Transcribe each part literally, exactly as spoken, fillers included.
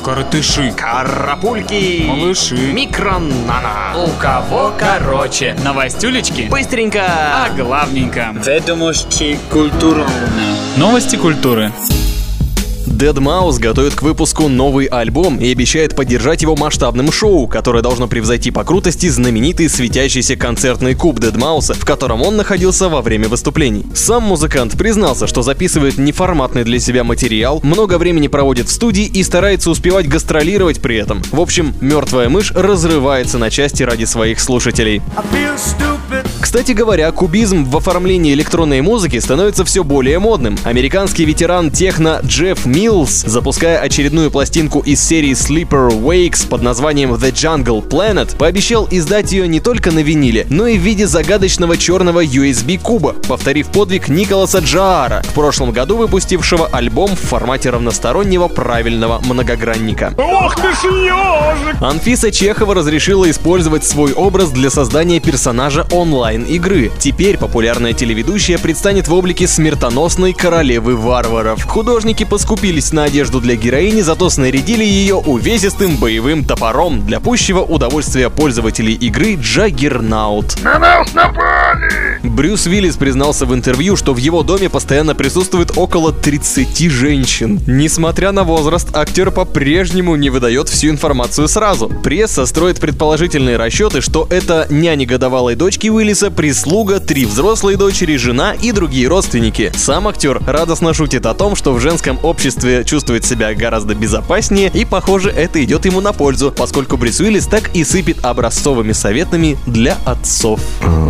коротыши, карапульки, малыши, микронана. У кого короче? Новостюлечки? Быстренько, а главненько. Ведомости культуры. Новости культуры. Deadmau5 готовит к выпуску новый альбом и обещает поддержать его масштабным шоу, которое должно превзойти по крутости знаменитый светящийся концертный куб Deadmau5, в котором он находился во время выступлений. Сам музыкант признался, что записывает неформатный для себя материал, много времени проводит в студии и старается успевать гастролировать при этом. В общем, мертвая мышь разрывается на части ради своих слушателей. Кстати говоря, кубизм в оформлении электронной музыки становится все более модным. Американский ветеран техно Джефф Миллс, запуская очередную пластинку из серии Sleeper Wakes под названием The Jungle Planet, пообещал издать ее не только на виниле, но и в виде загадочного черного ю эс би-куба, повторив подвиг Николаса Джаара, в прошлом году выпустившего альбом в формате равностороннего правильного многогранника. Ох ты ж ежик! Анфиса Чехова разрешила использовать свой образ для создания персонажа онлайн-игры. Теперь популярная телеведущая предстанет в облике смертоносной королевы варваров. Художники поскупились на одежду для героини, зато снарядили ее увесистым боевым топором для пущего удовольствия пользователей игры Джаггернаут. На нас напали! Брюс Уиллис признался в интервью, что в его доме постоянно присутствует около тридцати женщин. Несмотря на возраст, актер по-прежнему не выдает всю информацию сразу. Пресса строит предположительные расчеты, что это няня годовалой дочки Уиллиса, прислуга, три взрослые дочери, жена и другие родственники. Сам актер радостно шутит о том, что в женском обществе чувствует себя гораздо безопаснее, и, похоже, это идет ему на пользу, поскольку Брюс Уиллис так и сыпет образцовыми советами для отцов.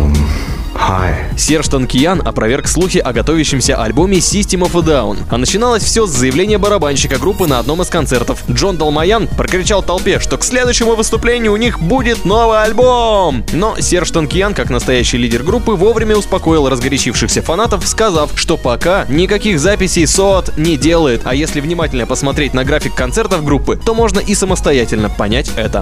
Hi. Серж Танкиян опроверг слухи о готовящемся альбоме System of a Down. А начиналось все с заявления барабанщика группы на одном из концертов. Джон Далмаян прокричал толпе, что к следующему выступлению у них будет новый альбом. Но Серж Танкиян, как настоящий лидер группы, вовремя успокоил разгорячившихся фанатов, сказав, что пока никаких записей СОАТ не делает, а если внимательно посмотреть на график концертов группы, то можно и самостоятельно понять это.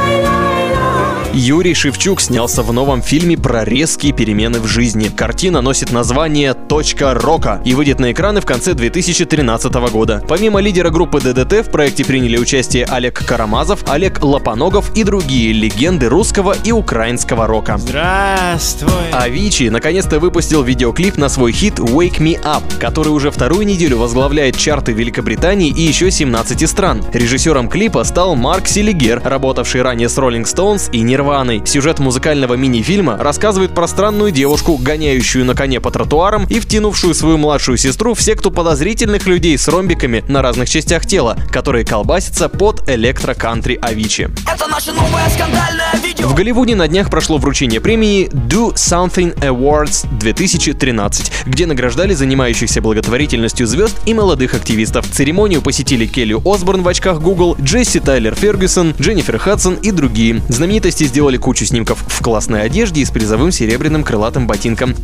Юрий Шевчук снялся в новом фильме про резкие перемены в жизни. Картина носит название «Точка рока» и выйдет на экраны в конце две тысячи тринадцатого года. Помимо лидера группы ДДТ в проекте приняли участие Олег Карамазов, Олег Лопоногов и другие легенды русского и украинского рока. Здравствуй! Avicii наконец-то выпустил видеоклип на свой хит «Wake Me Up», который уже вторую неделю возглавляет чарты Великобритании и еще семнадцати стран. Режиссером клипа стал Марк Селигер, работавший ранее с Rolling Stones и Nirvana. Сюжет музыкального мини-фильма рассказывает про странную девушку, гоняющую на коне по тротуарам и втянувшую свою младшую сестру в секту подозрительных людей с ромбиками на разных частях тела, которые колбасятся под электро-кантри Avicii. Это наше новое скандальное видео. В Голливуде на днях прошло вручение премии Do Something Awards две тысячи тринадцать, где награждали занимающихся благотворительностью звезд и молодых активистов. Церемонию посетили Келли Осборн в очках Google, Джесси Тайлер Фергюсон, Дженнифер Хадсон и другие. Знаменитости сделали кучу снимков в классной одежде и с призовым серебряным крылатым ботинком.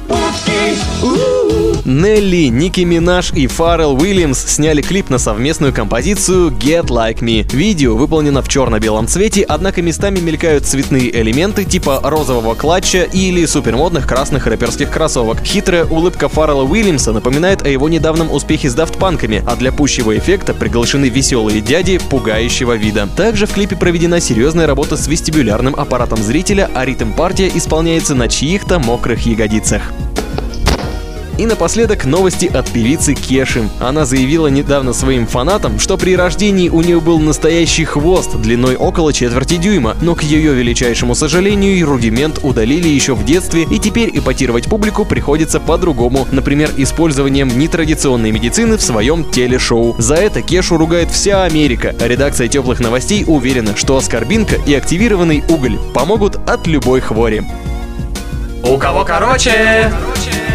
Нелли, Ники Минаж и Фаррелл Уильямс сняли клип на совместную композицию Get Like Me. Видео выполнено в черно-белом цвете, однако местами мелькают цветные элементы типа розового клатча или супермодных красных рэперских кроссовок. Хитрая улыбка Фаррелла Уильямса напоминает о его недавнем успехе с Daft Punk'ами, а для пущего эффекта приглашены веселые дяди пугающего вида. Также в клипе проведена серьезная работа с вестибулярным аппаратом зрителя, а ритм-партия исполняется на чьих-то мокрых ягодицах. И напоследок новости от певицы Кеши. Она заявила недавно своим фанатам, что при рождении у нее был настоящий хвост длиной около четверти дюйма, но к ее величайшему сожалению рудимент удалили еще в детстве, и теперь эпатировать публику приходится по-другому, например, использованием нетрадиционной медицины в своем телешоу. За это Кешу ругает вся Америка, а редакция теплых новостей уверена, что аскорбинка и активированный уголь помогут от любой хвори. У кого короче?